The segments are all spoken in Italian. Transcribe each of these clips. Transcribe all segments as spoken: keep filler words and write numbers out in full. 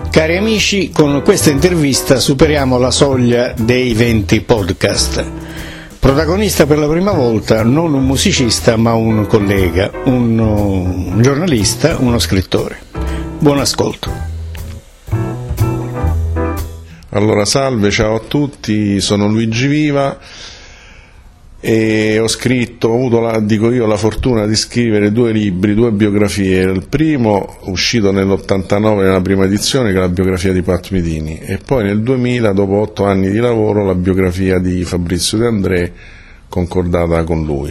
Cari amici, con questa intervista superiamo la soglia dei venti podcast. Protagonista per la prima volta non un musicista ma un collega, un, un giornalista, uno scrittore. Buon ascolto. Allora, salve, ciao a tutti, sono Luigi Viva e ho scritto, ho avuto la, dico io, la fortuna di scrivere due libri, due biografie. Il primo, uscito nell'ottantanove nella prima edizione, che è la biografia di Pat Metheny, e poi nel duemila, dopo otto anni di lavoro, la biografia di Fabrizio De André, concordata con lui.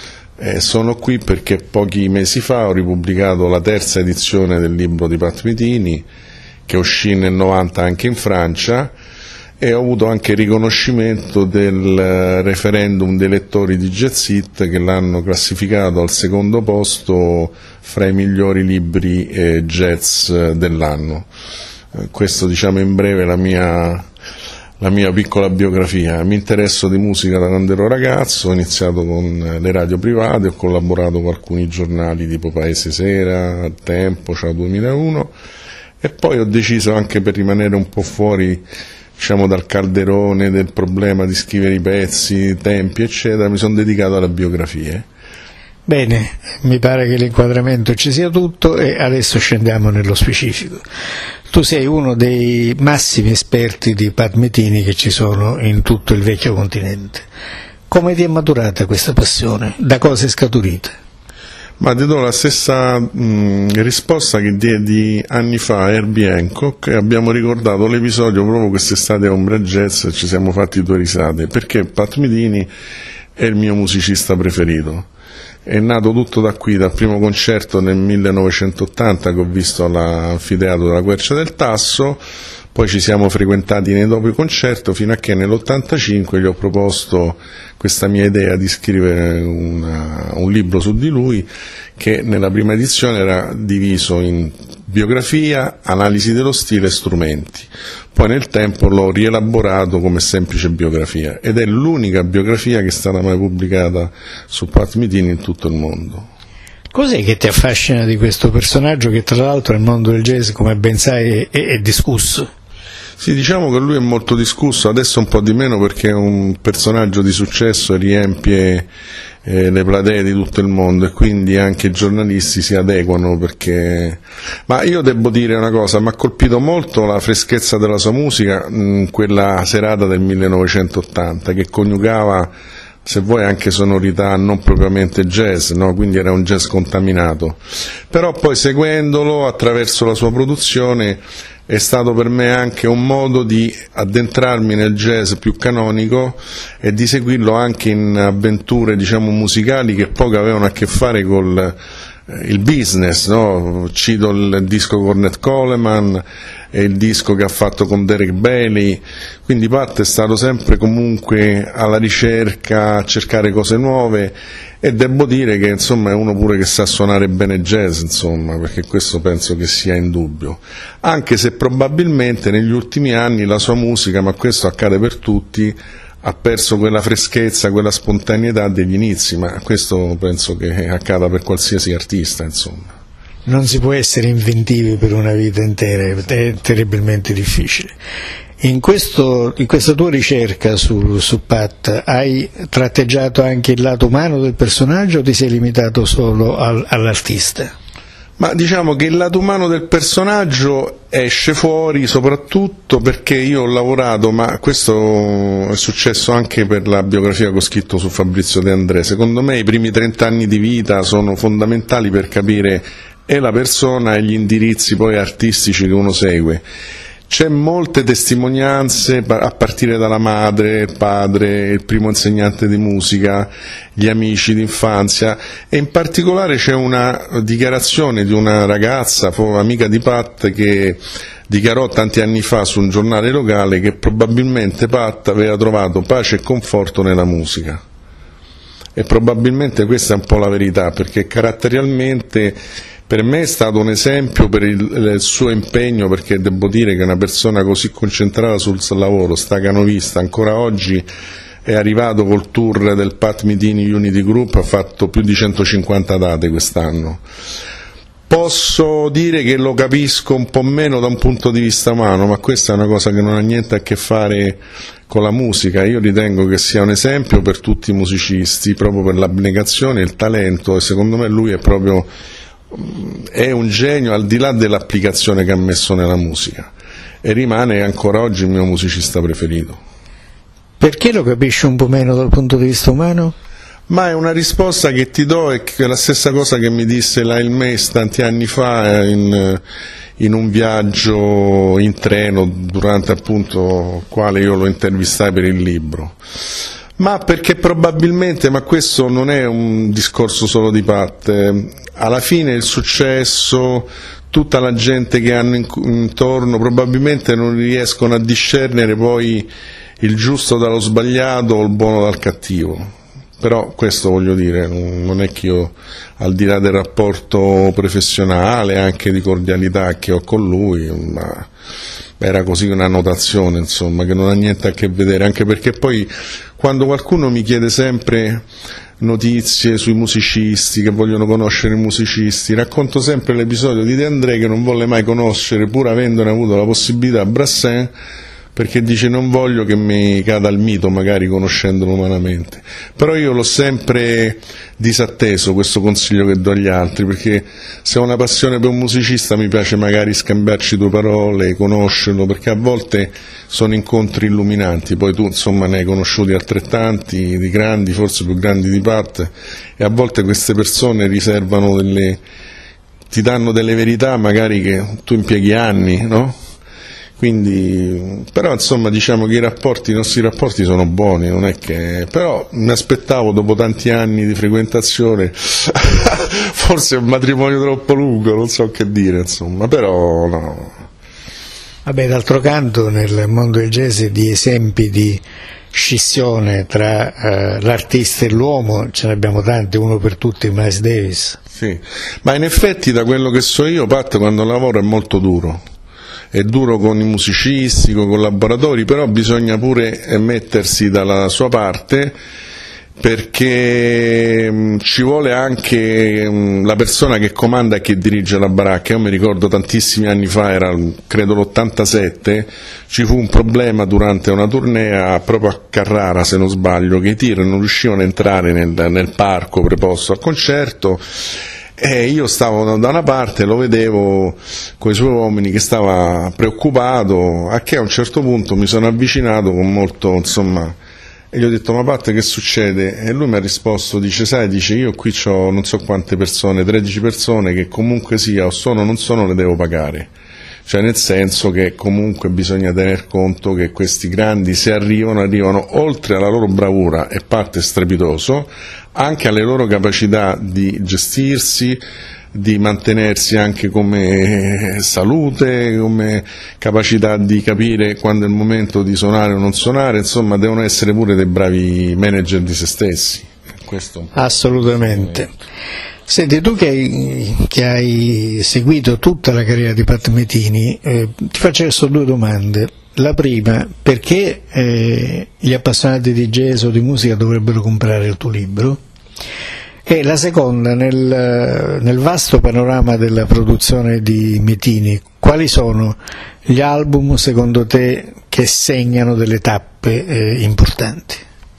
E sono qui perché pochi mesi fa ho ripubblicato la terza edizione del libro di Pat Metheny, che uscì nel novanta anche in Francia, e ho avuto anche il riconoscimento del referendum dei lettori di Jazz It, che l'hanno classificato al secondo posto fra i migliori libri eh, jazz dell'anno. Eh, questo, diciamo in breve, la mia, la mia piccola biografia. Mi interesso di musica da quando ero ragazzo, ho iniziato con le radio private, ho collaborato con alcuni giornali tipo Paese Sera, Tempo, Ciao duemilauno, e poi ho deciso, anche per rimanere un po' fuori, diciamo, dal calderone del problema di scrivere i pezzi, tempi eccetera, mi sono dedicato alle biografie. Bene, mi pare che l'inquadramento ci sia tutto e adesso scendiamo nello specifico. Tu sei uno dei massimi esperti di Pat Metheny che ci sono in tutto il vecchio continente. Come ti è maturata questa passione? Da cosa è scaturita? Ma ti do la stessa mh, risposta che diedi anni fa a Herbie Hancock, e abbiamo ricordato l'episodio proprio quest'estate a Ombra Jazz e ci siamo fatti due risate, perché Pat Metheny è il mio musicista preferito. È nato tutto da qui, dal primo concerto nel millenovecentottanta che ho visto all'anfiteatro della Quercia del Tasso. Poi ci siamo frequentati nei dopo concerto fino a che nell'ottantacinque gli ho proposto questa mia idea di scrivere una, un libro su di lui, che nella prima edizione era diviso in biografia, analisi dello stile e strumenti. Poi nel tempo l'ho rielaborato come semplice biografia, ed è l'unica biografia che è stata mai pubblicata su Pat Metheny in tutto il mondo. Cos'è che ti affascina di questo personaggio che tra l'altro nel mondo del jazz, come ben sai, è, è discusso? Sì, diciamo che lui è molto discusso, adesso un po' di meno perché è un personaggio di successo e riempie eh, le platee di tutto il mondo, e quindi anche i giornalisti si adeguano, perché... Ma io devo dire una cosa, mi ha colpito molto la freschezza della sua musica in quella serata del millenovecentottanta, che coniugava, se vuoi, anche sonorità non propriamente jazz, no? Quindi era un jazz contaminato. Però poi, seguendolo attraverso la sua produzione, è stato per me anche un modo di addentrarmi nel jazz più canonico e di seguirlo anche in avventure, diciamo, musicali che poco avevano a che fare col il business, no? Cito il disco con Ornette Coleman e il disco che ha fatto con Derek Bailey. Quindi Pat è stato sempre comunque alla ricerca, a cercare cose nuove, e devo dire che insomma è uno pure che sa suonare bene jazz, insomma, perché questo penso che sia indubbio, anche se probabilmente negli ultimi anni la sua musica, ma questo accade per tutti, ha perso quella freschezza, quella spontaneità degli inizi, ma questo penso che accada per qualsiasi artista, insomma. Non si può essere inventivi per una vita intera, è terribilmente difficile. In, questo, in questa tua ricerca su, su Pat hai tratteggiato anche il lato umano del personaggio o ti sei limitato solo al, all'artista? Ma diciamo che il lato umano del personaggio esce fuori soprattutto perché io ho lavorato, ma questo è successo anche per la biografia che ho scritto su Fabrizio De André. Secondo me i primi trent'anni di vita sono fondamentali per capire e la persona e gli indirizzi poi artistici che uno segue. C'è molte testimonianze a partire dalla madre, il padre, il primo insegnante di musica, gli amici d'infanzia, e in particolare c'è una dichiarazione di una ragazza, amica di Pat, che dichiarò tanti anni fa su un giornale locale che probabilmente Pat aveva trovato pace e conforto nella musica. E probabilmente questa è un po' la verità, perché caratterialmente per me è stato un esempio per il, il suo impegno, perché devo dire che una persona così concentrata sul lavoro, stacanovista, ancora oggi è arrivato col tour del Pat Metheny Unity Group, ha fatto più di centocinquanta date quest'anno. Posso dire che lo capisco un po' meno da un punto di vista umano, ma questa è una cosa che non ha niente a che fare con la musica. Io ritengo che sia un esempio per tutti i musicisti, proprio per l'abnegazione e il talento, e secondo me lui è proprio è un genio al di là dell'applicazione che ha messo nella musica, e rimane ancora oggi il mio musicista preferito. Perché lo capisci un po' meno dal punto di vista umano? Ma è una risposta che ti do, è la stessa cosa che mi disse Lyle Mace tanti anni fa in, in un viaggio in treno, durante appunto il quale io lo intervistai per il libro. Ma perché probabilmente, ma questo non è un discorso solo di Pat, alla fine il successo, tutta la gente che hanno intorno probabilmente non riescono a discernere poi il giusto dallo sbagliato o il buono dal cattivo. Però questo voglio dire, non è che io, al di là del rapporto professionale, anche di cordialità che ho con lui, ma era così una notazione, insomma, che non ha niente a che vedere, anche perché poi quando qualcuno mi chiede sempre notizie sui musicisti, che vogliono conoscere i musicisti, racconto sempre l'episodio di De André che non volle mai conoscere, pur avendone avuto la possibilità, Brassens, perché dice non voglio che mi cada il mito, magari conoscendolo umanamente. Però io l'ho sempre disatteso questo consiglio che do agli altri, perché se ho una passione per un musicista mi piace magari scambiarci due parole, conoscerlo, perché a volte sono incontri illuminanti. Poi tu insomma ne hai conosciuti altrettanti, di grandi, forse più grandi di Pat, e a volte queste persone riservano delle, ti danno delle verità magari che tu impieghi anni, no? Quindi, però insomma diciamo che i rapporti, i nostri rapporti sono buoni, non è che, però mi aspettavo dopo tanti anni di frequentazione forse un matrimonio troppo lungo, non so che dire, insomma, però no. Vabbè, d'altro canto nel mondo del jazz di esempi di scissione tra eh, l'artista e l'uomo ce ne abbiamo tanti, uno per tutti, Miles Davis. Sì, ma in effetti da quello che so io, Pat, quando lavoro è molto duro. È duro con i musicisti, con i collaboratori, però bisogna pure mettersi dalla sua parte, perché mh, ci vuole anche mh, la persona che comanda e che dirige la baracca. Io mi ricordo tantissimi anni fa, era credo l'ottantasette, ci fu un problema durante una tournée proprio a Carrara, se non sbaglio, che i tir non riuscivano a entrare nel, nel parco preposto al concerto. E io stavo da una parte, lo vedevo con i suoi uomini che stava preoccupato, a che a un certo punto mi sono avvicinato con molto, insomma, e gli ho detto: ma Pat, che succede? E lui mi ha risposto, dice: sai, dice, io qui ho non so quante persone, tredici persone che comunque sia, o sono o non sono, le devo pagare. Cioè, nel senso che comunque bisogna tener conto che questi grandi, se arrivano, arrivano oltre alla loro bravura, e Pat è strepitoso, anche alle loro capacità di gestirsi, di mantenersi anche come salute, come capacità di capire quando è il momento di suonare o non suonare, insomma devono essere pure dei bravi manager di se stessi. Questo assolutamente. Senti, tu che hai, che hai seguito tutta la carriera di Pat Metini, eh, ti faccio adesso due domande. La prima, perché eh, gli appassionati di jazz o di musica dovrebbero comprare il tuo libro? E la seconda, nel, nel vasto panorama della produzione di Metini, quali sono gli album secondo te che segnano delle tappe eh, importanti?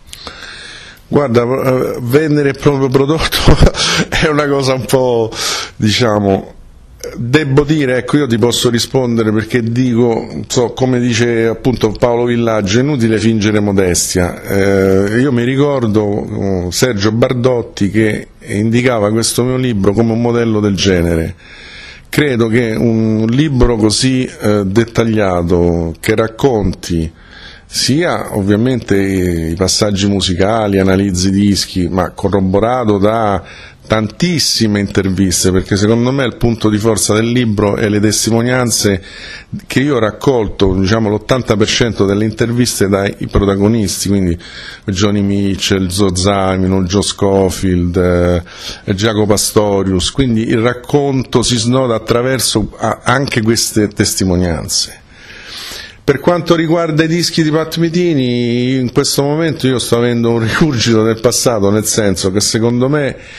Guarda, vendere il proprio prodotto è una cosa un po', diciamo, devo dire, ecco, io ti posso rispondere perché dico, so, come dice appunto Paolo Villaggio, è inutile fingere modestia. Eh, io mi ricordo uh, Sergio Bardotti che indicava questo mio libro come un modello del genere. Credo che un libro così eh, dettagliato, che racconti sia ovviamente i passaggi musicali, analizzi dischi, ma corroborato da tantissime interviste, perché secondo me il punto di forza del libro è le testimonianze che io ho raccolto, diciamo l'ottanta per cento delle interviste dai protagonisti, quindi Johnny Mitchell, Zo Zamino, Joe Scofield, eh, Jaco Pastorius, quindi il racconto si snoda attraverso anche queste testimonianze. Per quanto riguarda i dischi di Pat Metini, in questo momento io sto avendo un rigurgito del passato, nel senso che secondo me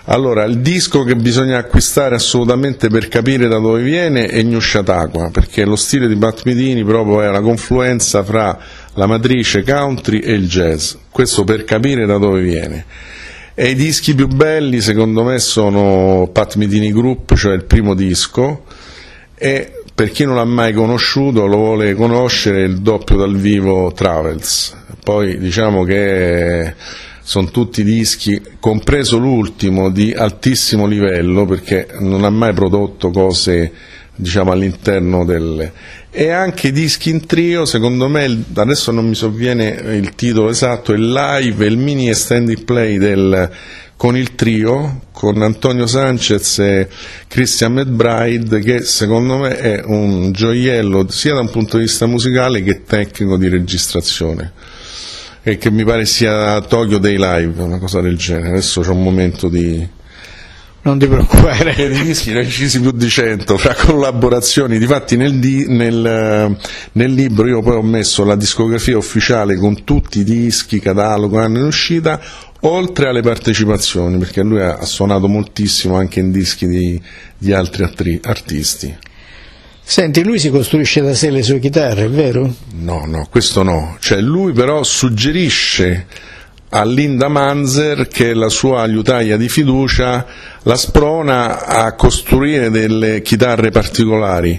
Allora, il disco che bisogna acquistare assolutamente per capire da dove viene è New Chautauqua, perché lo stile di Pat Metheny proprio è la confluenza fra la matrice country e il jazz, questo per capire da dove viene. E i dischi più belli secondo me sono Pat Metheny Group, cioè il primo disco, e per chi non l'ha mai conosciuto, lo vuole conoscere, il doppio dal vivo Travels. Poi diciamo che sono tutti dischi, compreso l'ultimo, di altissimo livello, perché non ha mai prodotto cose, diciamo, all'interno del... E anche dischi in trio, secondo me, adesso non mi sovviene il titolo esatto, il live, il mini extended play del, con il trio, con Antonio Sanchez e Christian McBride, che secondo me è un gioiello sia da un punto di vista musicale che tecnico di registrazione, e che mi pare sia Tokyo Day Live, una cosa del genere. Adesso c'è un momento di... Non ti preoccupare. Di dischi ne ho incisi più di cento, fra collaborazioni. Difatti nel, di, nel, nel libro io poi ho messo la discografia ufficiale con tutti i dischi, catalogo, anno in uscita, oltre alle partecipazioni, perché lui ha suonato moltissimo anche in dischi di, di altri attri, artisti. Senti, lui si costruisce da sé le sue chitarre, è vero? No, no, questo no. Cioè lui però suggerisce a Linda Manzer, che è la sua aiutaia di fiducia, la sprona a costruire delle chitarre particolari.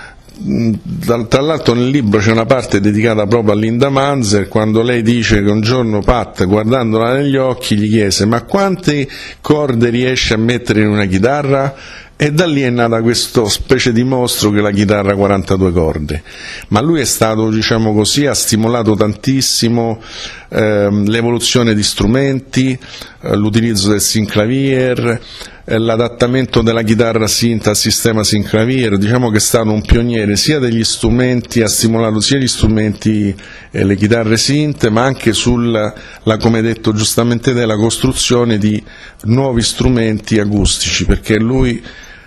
Tra l'altro nel libro c'è una parte dedicata proprio a Linda Manzer, quando lei dice che un giorno Pat, guardandola negli occhi, gli chiese: ma quante corde riesce a mettere in una chitarra? E da lì è nata questa specie di mostro che è la chitarra a quarantadue corde. Ma lui è stato, diciamo così, ha stimolato tantissimo ehm, l'evoluzione di strumenti, eh, l'utilizzo del synclavier, eh, l'adattamento della chitarra synth al sistema synclavier. Diciamo che è stato un pioniere sia degli strumenti, ha stimolato sia gli strumenti e le chitarre synth, ma anche sulla, la, come detto giustamente te, la costruzione di nuovi strumenti acustici, perché lui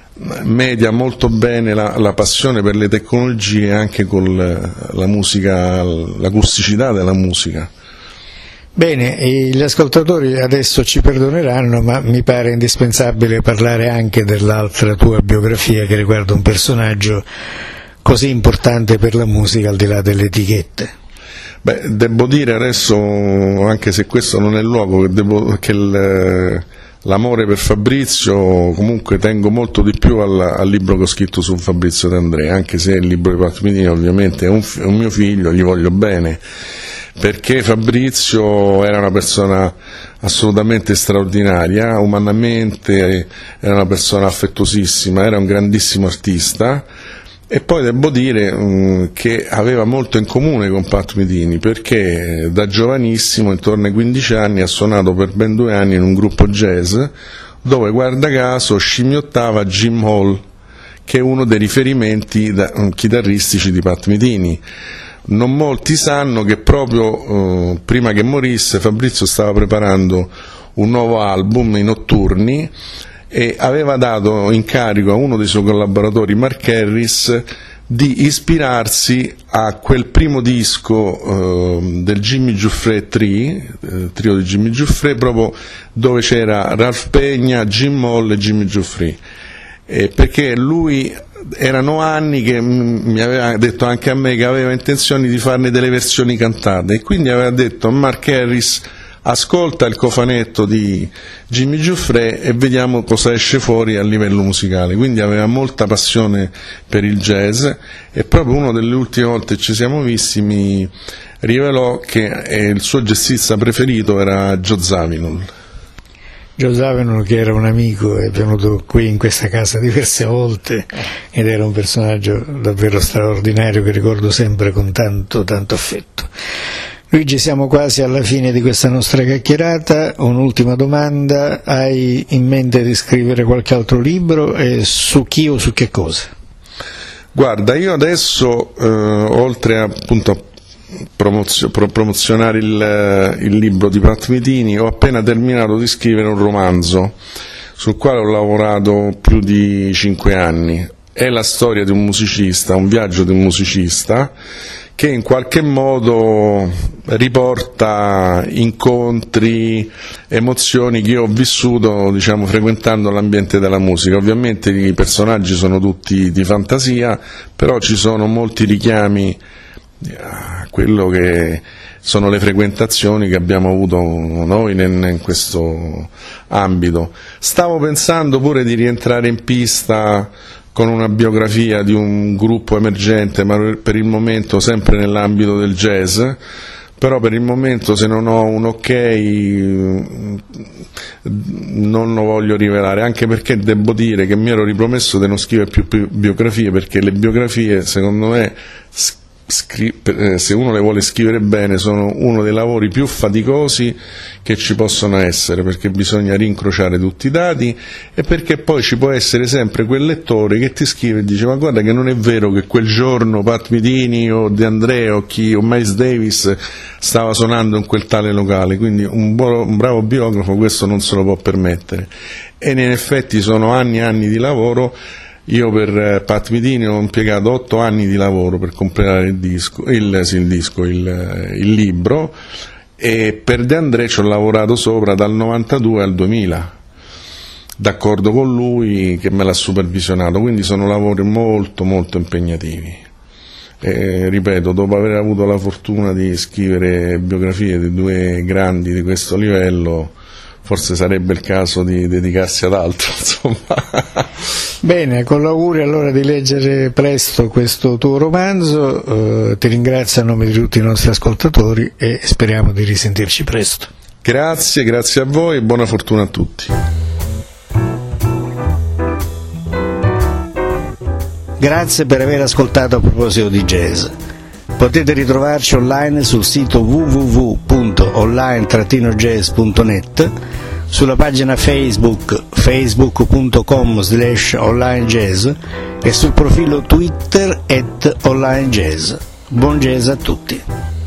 media molto bene la, la passione per le tecnologie anche con la musica, l'acusticità della musica. Bene, gli ascoltatori adesso ci perdoneranno, ma mi pare indispensabile parlare anche dell'altra tua biografia che riguarda un personaggio così importante per la musica al di là delle etichette. Beh, devo dire adesso, anche se questo non è il luogo, che, devo, che il, l'amore per Fabrizio, comunque tengo molto di più al, al libro che ho scritto su Fabrizio De André, anche se il libro di Pat Metheny ovviamente è un, è un mio figlio, gli voglio bene, perché Fabrizio era una persona assolutamente straordinaria, umanamente era una persona affettuosissima, era un grandissimo artista. E poi devo dire um, che aveva molto in comune con Pat Metheny, perché da giovanissimo, intorno ai quindici anni, ha suonato per ben due anni in un gruppo jazz dove, guarda caso, scimmiottava Jim Hall, che è uno dei riferimenti da, um, chitarristici di Pat Metheny. Non molti sanno che proprio uh, prima che morisse Fabrizio stava preparando un nuovo album, I Notturni, e aveva dato incarico a uno dei suoi collaboratori, Mark Harris, di ispirarsi a quel primo disco eh, del Jimmy Giuffre Trio, eh, trio di Jimmy Giuffre, proprio dove c'era Ralph Peña, Jim Hall e Jimmy Giuffre, eh, perché lui erano anni che mi aveva detto anche a me che aveva intenzione di farne delle versioni cantate, e quindi aveva detto a Mark Harris: ascolta il cofanetto di Jimmy Giuffre e vediamo cosa esce fuori a livello musicale. Quindi aveva molta passione per il jazz, e proprio una delle ultime volte che ci siamo visti mi rivelò che il suo jazzista preferito era Joe Zawinul. Joe Zawinul, che era un amico, è venuto qui in questa casa diverse volte ed era un personaggio davvero straordinario che ricordo sempre con tanto tanto affetto. Luigi, siamo quasi alla fine di questa nostra chiacchierata. Un'ultima domanda: hai in mente di scrivere qualche altro libro, e su chi o su che cosa? Guarda, io adesso eh, oltre a, appunto, a promozio, pro, promozionare il, il libro di Pat Metheny, ho appena terminato di scrivere un romanzo sul quale ho lavorato più di cinque anni. È la storia di un musicista, un viaggio di un musicista che in qualche modo riporta incontri, emozioni che io ho vissuto, diciamo, frequentando l'ambiente della musica. Ovviamente i personaggi sono tutti di fantasia, però ci sono molti richiami a quello che sono le frequentazioni che abbiamo avuto noi in questo ambito. Stavo pensando pure di rientrare in pista con una biografia di un gruppo emergente, ma per il momento sempre nell'ambito del jazz, però per il momento, se non ho un ok, non lo voglio rivelare, anche perché devo dire che mi ero ripromesso di non scrivere più biografie, perché le biografie, secondo me, se uno le vuole scrivere bene, sono uno dei lavori più faticosi che ci possono essere, perché bisogna rincrociare tutti i dati e perché poi ci può essere sempre quel lettore che ti scrive e dice: ma guarda che non è vero che quel giorno Pat Metheny o De André o, chi, o Miles Davis stava suonando in quel tale locale. Quindi un, buono, un bravo biografo questo non se lo può permettere, e in effetti sono anni e anni di lavoro. Io per Pat Metheny ho impiegato otto anni di lavoro per completare il disco, il, sì, il, disco il, il libro, e per De André ci ho lavorato sopra dal novantadue al duemila, d'accordo con lui che me l'ha supervisionato, quindi sono lavori molto molto impegnativi. E, ripeto, dopo aver avuto la fortuna di scrivere biografie di due grandi di questo livello, forse sarebbe il caso di dedicarsi ad altro, insomma. Bene, con l'augurio allora di leggere presto questo tuo romanzo, eh, ti ringrazio a nome di tutti i nostri ascoltatori e speriamo di risentirci presto. Grazie, grazie a voi e buona fortuna a tutti. Grazie per aver ascoltato A Proposito di Jazz. Potete ritrovarci online sul sito w w w punto online trattino jazz punto net, sulla pagina Facebook facebook punto com slash online jazz e sul profilo Twitter at online jazz. Buon jazz a tutti.